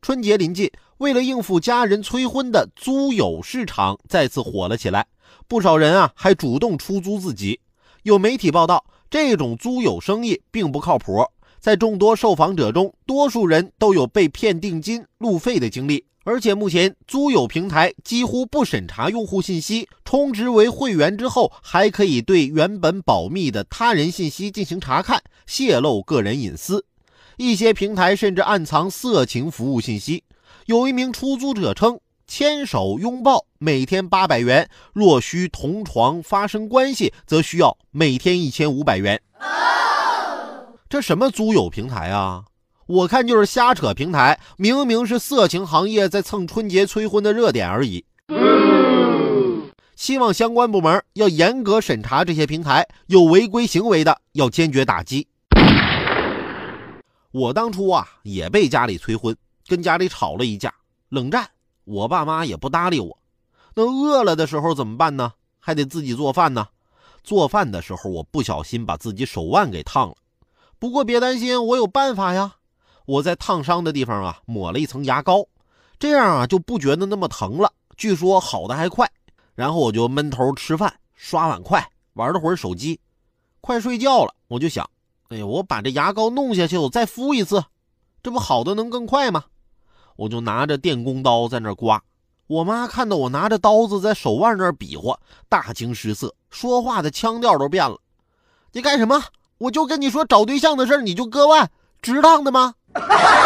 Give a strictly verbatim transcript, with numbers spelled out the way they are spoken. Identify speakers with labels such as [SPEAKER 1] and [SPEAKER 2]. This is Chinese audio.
[SPEAKER 1] 春节临近，为了应付家人催婚的租友市场再次火了起来，不少人啊还主动出租自己。有媒体报道，这种租友生意并不靠谱，在众多受访者中，多数人都有被骗定金、路费的经历。而且目前租友平台几乎不审查用户信息，充值为会员之后，还可以对原本保密的他人信息进行查看，泄露个人隐私。一些平台甚至暗藏色情服务信息。有一名出租者称，牵手拥抱每天八百元，若需同床发生关系则需要每天一千五百元。这什么租友平台啊？我看就是瞎扯平台，明明是色情行业在蹭春节催婚的热点而已。希望相关部门要严格审查这些平台，有违规行为的要坚决打击。我当初啊也被家里催婚，跟家里吵了一架，冷战，我爸妈也不搭理我。那饿了的时候怎么办呢？还得自己做饭呢。做饭的时候我不小心把自己手腕给烫了，不过别担心，我有办法呀。我在烫伤的地方啊抹了一层牙膏，这样啊就不觉得那么疼了，据说好的还快。然后我就闷头吃饭，刷碗筷，玩了会儿手机。快睡觉了，我就想，哎呀，我把这牙膏弄下去，我再敷一次，这不好的能更快吗？我就拿着电工刀在那刮。我妈看到我拿着刀子在手腕那儿比划，大惊失色，说话的腔调都变了。你干什么？我就跟你说找对象的事儿，你就割腕，值当的吗？